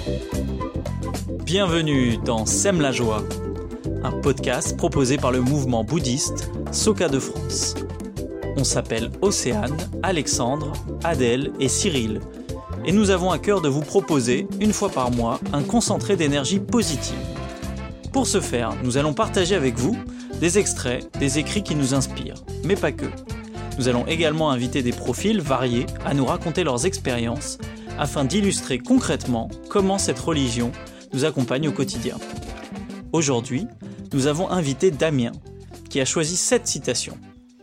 Bienvenue dans Sème la joie, un podcast proposé par le mouvement bouddhiste Soka de France. On s'appelle Océane, Alexandre, Adèle et Cyril, et nous avons à cœur de vous proposer, une fois par mois, un concentré d'énergie positive. Pour ce faire, nous allons partager avec vous des extraits, des écrits qui nous inspirent, mais pas que. Nous allons également inviter des profils variés à nous raconter leurs expériences afin d'illustrer concrètement comment cette religion nous accompagne au quotidien. Aujourd'hui, nous avons invité Damien, qui a choisi 7 citations.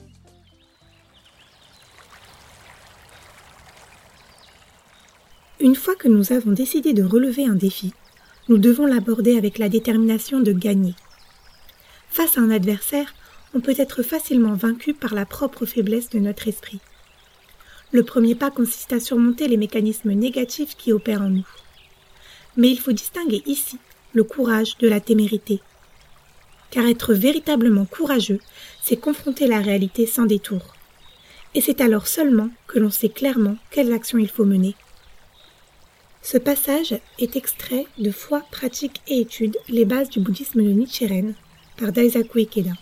Une fois que nous avons décidé de relever un défi, nous devons l'aborder avec la détermination de gagner. Face à un adversaire, on peut être facilement vaincu par la propre faiblesse de notre esprit. Le premier pas consiste à surmonter les mécanismes négatifs qui opèrent en nous. Mais il faut distinguer ici le courage de la témérité. Car être véritablement courageux, c'est confronter la réalité sans détour. Et c'est alors seulement que l'on sait clairement quelles actions il faut mener. Ce passage est extrait de Foi, pratique et études, les bases du bouddhisme de Nichiren, par Daisaku Ikeda.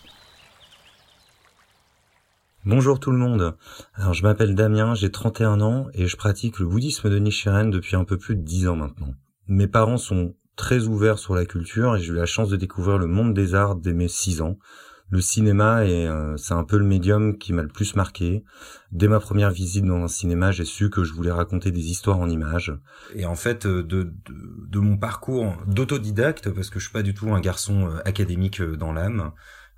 Bonjour tout le monde, alors je m'appelle Damien, j'ai 31 ans et je pratique le bouddhisme de Nichiren depuis un peu plus de 10 ans maintenant. Mes parents sont très ouverts sur la culture et j'ai eu la chance de découvrir le monde des arts dès mes 6 ans. Le cinéma, c'est un peu le médium qui m'a le plus marqué. Dès ma première visite dans un cinéma, j'ai su que je voulais raconter des histoires en images. Et en fait, de mon parcours d'autodidacte, parce que je suis pas du tout un garçon académique dans l'âme,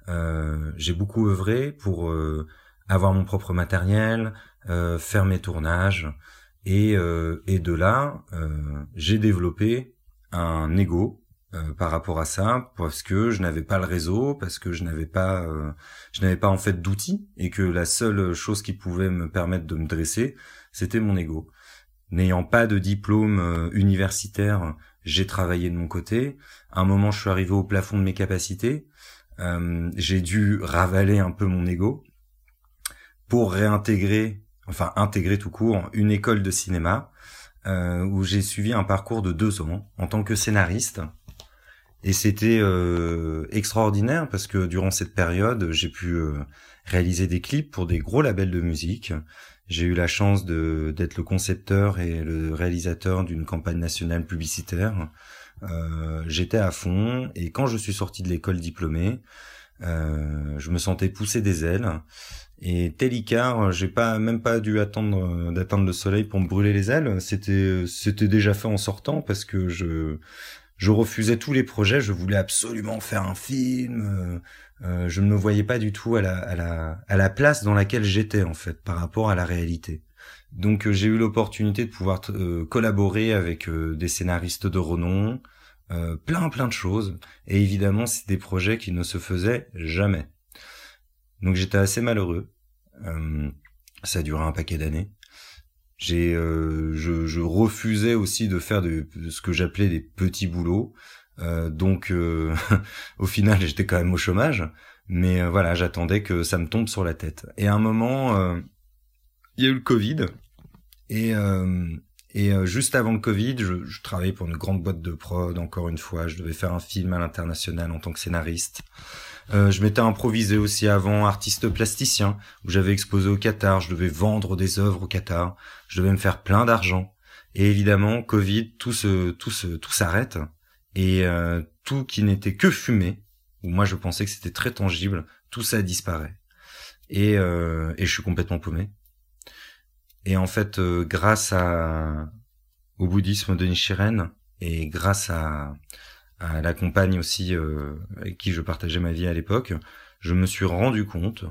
j'ai beaucoup œuvré pour avoir mon propre matériel, faire mes tournages, et de là, j'ai développé un ego par rapport à ça, parce que je n'avais pas le réseau, parce que je n'avais pas en fait d'outils, et que la seule chose qui pouvait me permettre de me dresser, c'était mon ego. N'ayant pas de diplôme universitaire, j'ai travaillé de mon côté. À un moment, je suis arrivé au plafond de mes capacités. J'ai dû ravaler un peu mon ego pour intégrer tout court, une école de cinéma où j'ai suivi un parcours de 2 ans en tant que scénariste. Et c'était extraordinaire parce que durant cette période, j'ai pu réaliser des clips pour des gros labels de musique. J'ai eu la chance d'être le concepteur et le réalisateur d'une campagne nationale publicitaire. J'étais à fond et quand je suis sorti de l'école diplômée, je me sentais pousser des ailes. Et tel Icare, j'ai même pas dû attendre d'atteindre le soleil pour me brûler les ailes. C'était déjà fait en sortant parce que je refusais tous les projets. Je voulais absolument faire un film. Je ne me voyais pas du tout à la place dans laquelle j'étais en fait par rapport à la réalité. Donc j'ai eu l'opportunité de pouvoir collaborer avec des scénaristes de renom, plein de choses. Et évidemment, c'est des projets qui ne se faisaient jamais. Donc j'étais assez malheureux. Ça a duré un paquet d'années. Je refusais aussi de faire de ce que j'appelais des petits boulots. Donc au final, j'étais quand même au chômage. Mais voilà, j'attendais que ça me tombe sur la tête. Et à un moment, il y a eu le Covid. Et juste avant le Covid, je travaillais pour une grande boîte de prod. Encore une fois, je devais faire un film à l'international en tant que scénariste. Je m'étais improvisé aussi avant artiste plasticien, où j'avais exposé au Qatar, je devais vendre des œuvres au Qatar, je devais me faire plein d'argent. Et évidemment, Covid, tout s'arrête, et tout qui n'était que fumée, où moi je pensais que c'était très tangible, tout ça disparaît. Et je suis complètement paumé. Et en fait, grâce au bouddhisme de Nichiren, et grâce à la compagne aussi avec qui je partageais ma vie à l'époque, je me suis rendu compte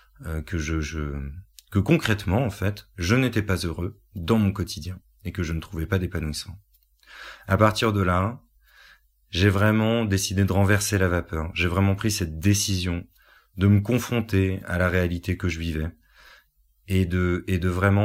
que concrètement en fait, je n'étais pas heureux dans mon quotidien et que je ne trouvais pas d'épanouissement. À partir de là, j'ai vraiment décidé de renverser la vapeur. J'ai vraiment pris cette décision de me confronter à la réalité que je vivais et de vraiment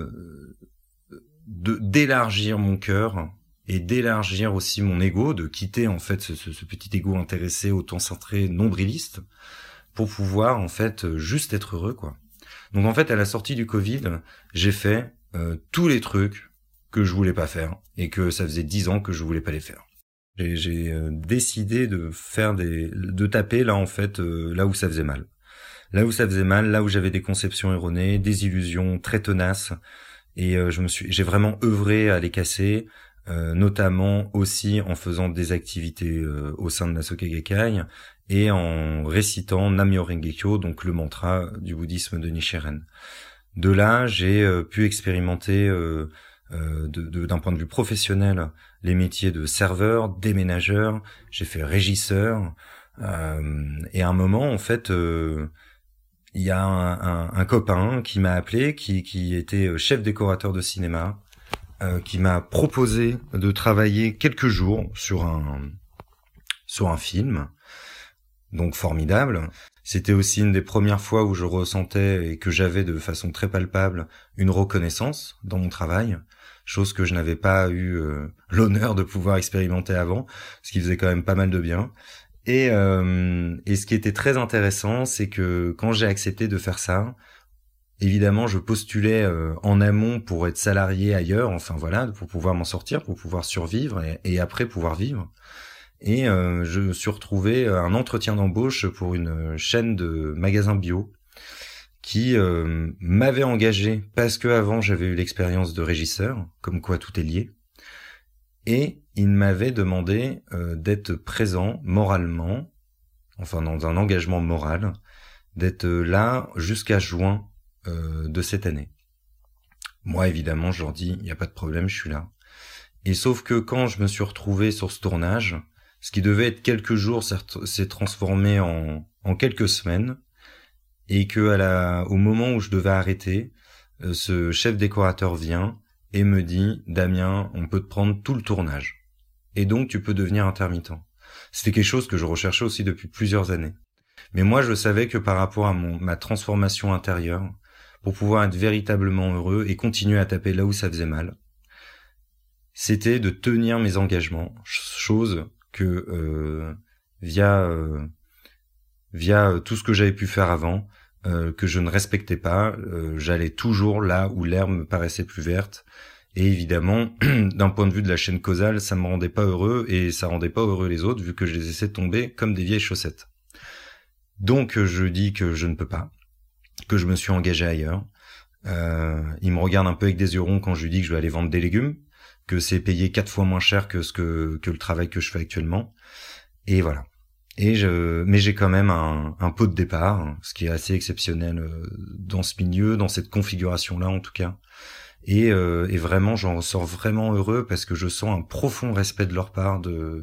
d'élargir mon cœur et d'élargir aussi mon ego, de quitter en fait ce petit ego intéressé, auto-centré, nombriliste, pour pouvoir en fait juste être heureux quoi. Donc en fait à la sortie du Covid, j'ai fait tous les trucs que je voulais pas faire et que ça faisait 10 ans que je voulais pas les faire. J'ai décidé de taper là en fait là où ça faisait mal. Là où ça faisait mal, là où j'avais des conceptions erronées, des illusions très tenaces, et j'ai vraiment œuvré à les casser, notamment aussi en faisant des activités au sein de la Soka Gakkai et en récitant Nam-myoho Renge-kyo, donc le mantra du bouddhisme de Nichiren. De là, j'ai pu expérimenter d'un point de vue professionnel les métiers de serveur, déménageur, j'ai fait régisseur, et à un moment en fait il y a un copain qui m'a appelé, qui était chef décorateur de cinéma, qui m'a proposé de travailler quelques jours sur un film, donc formidable. C'était aussi une des premières fois où je ressentais et que j'avais de façon très palpable une reconnaissance dans mon travail, chose que je n'avais pas eu l'honneur de pouvoir expérimenter avant, ce qui faisait quand même pas mal de bien. Et ce qui était très intéressant, c'est que quand j'ai accepté de faire ça, évidemment, je postulais en amont pour être salarié ailleurs, enfin voilà, pour pouvoir m'en sortir, pour pouvoir survivre et après pouvoir vivre. Et je me suis retrouvé à un entretien d'embauche pour une chaîne de magasins bio qui m'avait engagé parce que avant j'avais eu l'expérience de régisseur, comme quoi tout est lié. Et il m'avait demandé d'être présent moralement, enfin dans un engagement moral, d'être là jusqu'à juin de cette année. Moi, évidemment, je leur dis, il n'y a pas de problème, je suis là. Et sauf que quand je me suis retrouvé sur ce tournage, ce qui devait être quelques jours s'est transformé en quelques semaines, et que au moment où je devais arrêter, ce chef décorateur vient et me dit « Damien, on peut te prendre tout le tournage. Et donc, tu peux devenir intermittent. » C'était quelque chose que je recherchais aussi depuis plusieurs années. Mais moi, je savais que par rapport à ma transformation intérieure, pour pouvoir être véritablement heureux et continuer à taper là où ça faisait mal, c'était de tenir mes engagements, chose que via tout ce que j'avais pu faire avant, que je ne respectais pas, j'allais toujours là où l'herbe me paraissait plus verte. Et évidemment, d'un point de vue de la chaîne causale, ça me rendait pas heureux et ça rendait pas heureux les autres vu que je les laissais tomber comme des vieilles chaussettes. Donc je dis que je ne peux pas, que je me suis engagé ailleurs. Il me regarde un peu avec des yeux ronds quand je lui dis que je vais aller vendre des légumes, que c'est payé 4 fois moins cher que le travail que je fais actuellement. Et voilà. Mais j'ai quand même un pot de départ, ce qui est assez exceptionnel dans ce milieu, dans cette configuration-là en tout cas. Et vraiment, j'en ressors vraiment heureux parce que je sens un profond respect de leur part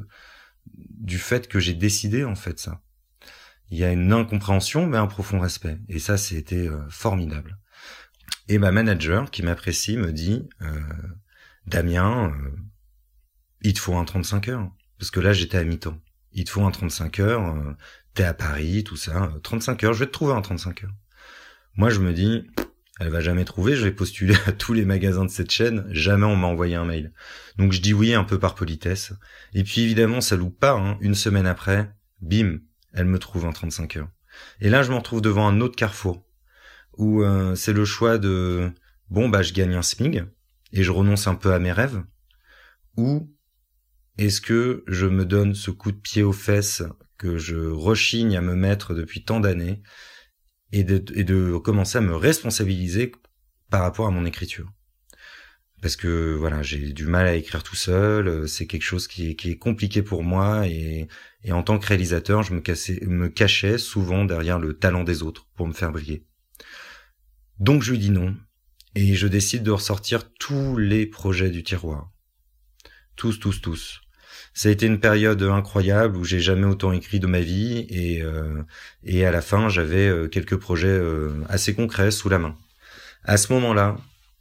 du fait que j'ai décidé en fait ça. Il y a une incompréhension, mais un profond respect. Et ça, c'était formidable. Et ma manager, qui m'apprécie, me dit Damien, il te faut un 35 heures. Parce que là, j'étais à mi-temps. Il te faut un 35 heures, t'es à Paris, tout ça. 35 heures, je vais te trouver un 35 heures. Moi, je me dis, elle va jamais trouver, je vais postuler à tous les magasins de cette chaîne, jamais on m'a envoyé un mail. Donc je dis oui, un peu par politesse. Et puis évidemment, ça loupe pas, hein. Une semaine après, bim, elle me trouve un 35 heures. Et là, je me retrouve devant un autre carrefour, où c'est le choix de, je gagne un SMIG, et je renonce un peu à mes rêves, ou est-ce que je me donne ce coup de pied aux fesses que je rechigne à me mettre depuis tant d'années, et de commencer à me responsabiliser par rapport à mon écriture. Parce que voilà, j'ai du mal à écrire tout seul, c'est quelque chose qui est compliqué pour moi, et en tant que réalisateur, je me cachais souvent derrière le talent des autres pour me faire briller. Donc je lui dis non, et je décide de ressortir tous les projets du tiroir. Tous. Ça a été une période incroyable où j'ai jamais autant écrit de ma vie, et à la fin, j'avais quelques projets assez concrets sous la main. À ce moment-là,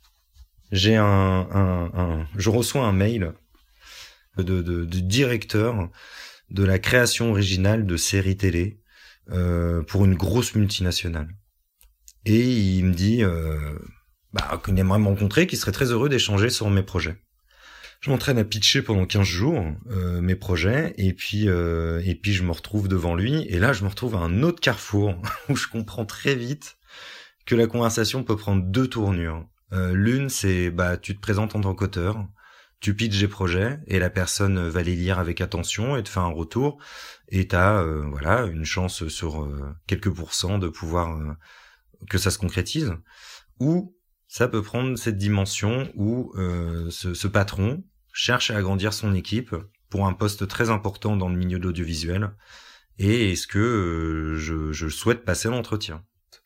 je reçois un mail de directeur de la création originale de séries télé pour une grosse multinationale. Et il me dit qu'il aimerait me rencontrer, qu'il serait très heureux d'échanger sur mes projets. Je m'entraîne à pitcher pendant 15 jours mes projets, et puis je me retrouve devant lui, et là je me retrouve à un autre carrefour où je comprends très vite que la conversation peut prendre deux tournures. L'une, c'est tu te présentes en tant qu'auteur, tu pitches des projets et la personne va les lire avec attention et te fait un retour et t'as une chance sur quelques pourcents de pouvoir que ça se concrétise. Ou ça peut prendre cette dimension où ce patron cherche à agrandir son équipe pour un poste très important dans le milieu de l'audiovisuel. Et est-ce que je souhaite passer l'entretien ?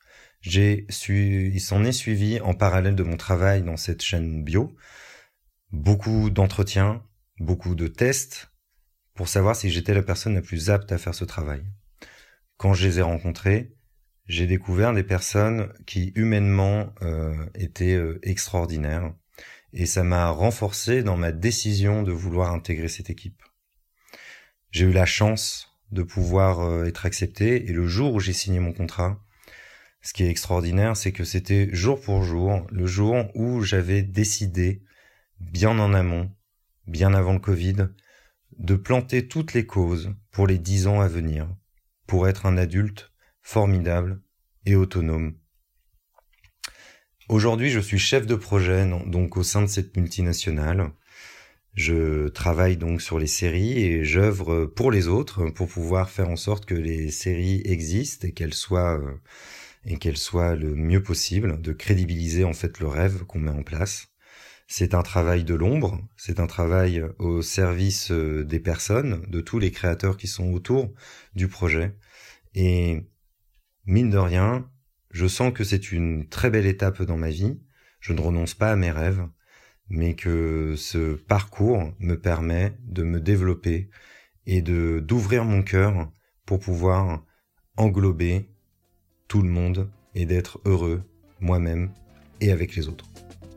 Il s'en est suivi en parallèle de mon travail dans cette chaîne bio, beaucoup d'entretiens, beaucoup de tests pour savoir si j'étais la personne la plus apte à faire ce travail. Quand je les ai rencontrés, j'ai découvert des personnes qui humainement étaient extraordinaires et ça m'a renforcé dans ma décision de vouloir intégrer cette équipe. J'ai eu la chance de pouvoir être accepté et le jour où j'ai signé mon contrat, ce qui est extraordinaire, c'est que c'était jour pour jour, le jour où j'avais décidé, bien en amont, bien avant le Covid, de planter toutes les causes pour les 10 ans à venir, pour être un adulte formidable et autonome. Aujourd'hui, je suis chef de projet donc au sein de cette multinationale. Je travaille donc sur les séries et j'œuvre pour les autres pour pouvoir faire en sorte que les séries existent et qu'elles soient le mieux possible, de crédibiliser en fait le rêve qu'on met en place. C'est un travail de l'ombre, c'est un travail au service des personnes, de tous les créateurs qui sont autour du projet. Et mine de rien, je sens que c'est une très belle étape dans ma vie. Je ne renonce pas à mes rêves, mais que ce parcours me permet de me développer et d'ouvrir mon cœur pour pouvoir englober tout le monde et d'être heureux moi-même et avec les autres.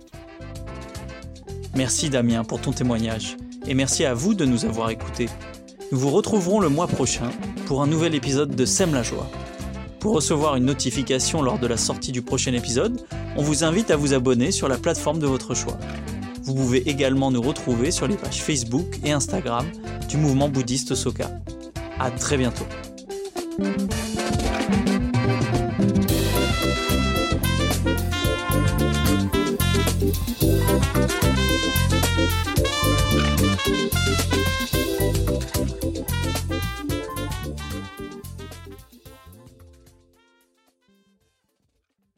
Merci Damien pour ton témoignage et merci à vous de nous avoir écoutés. Nous vous retrouverons le mois prochain pour un nouvel épisode de Sème la joie. Pour recevoir une notification lors de la sortie du prochain épisode, on vous invite à vous abonner sur la plateforme de votre choix. Vous pouvez également nous retrouver sur les pages Facebook et Instagram du mouvement bouddhiste Soka. À très bientôt.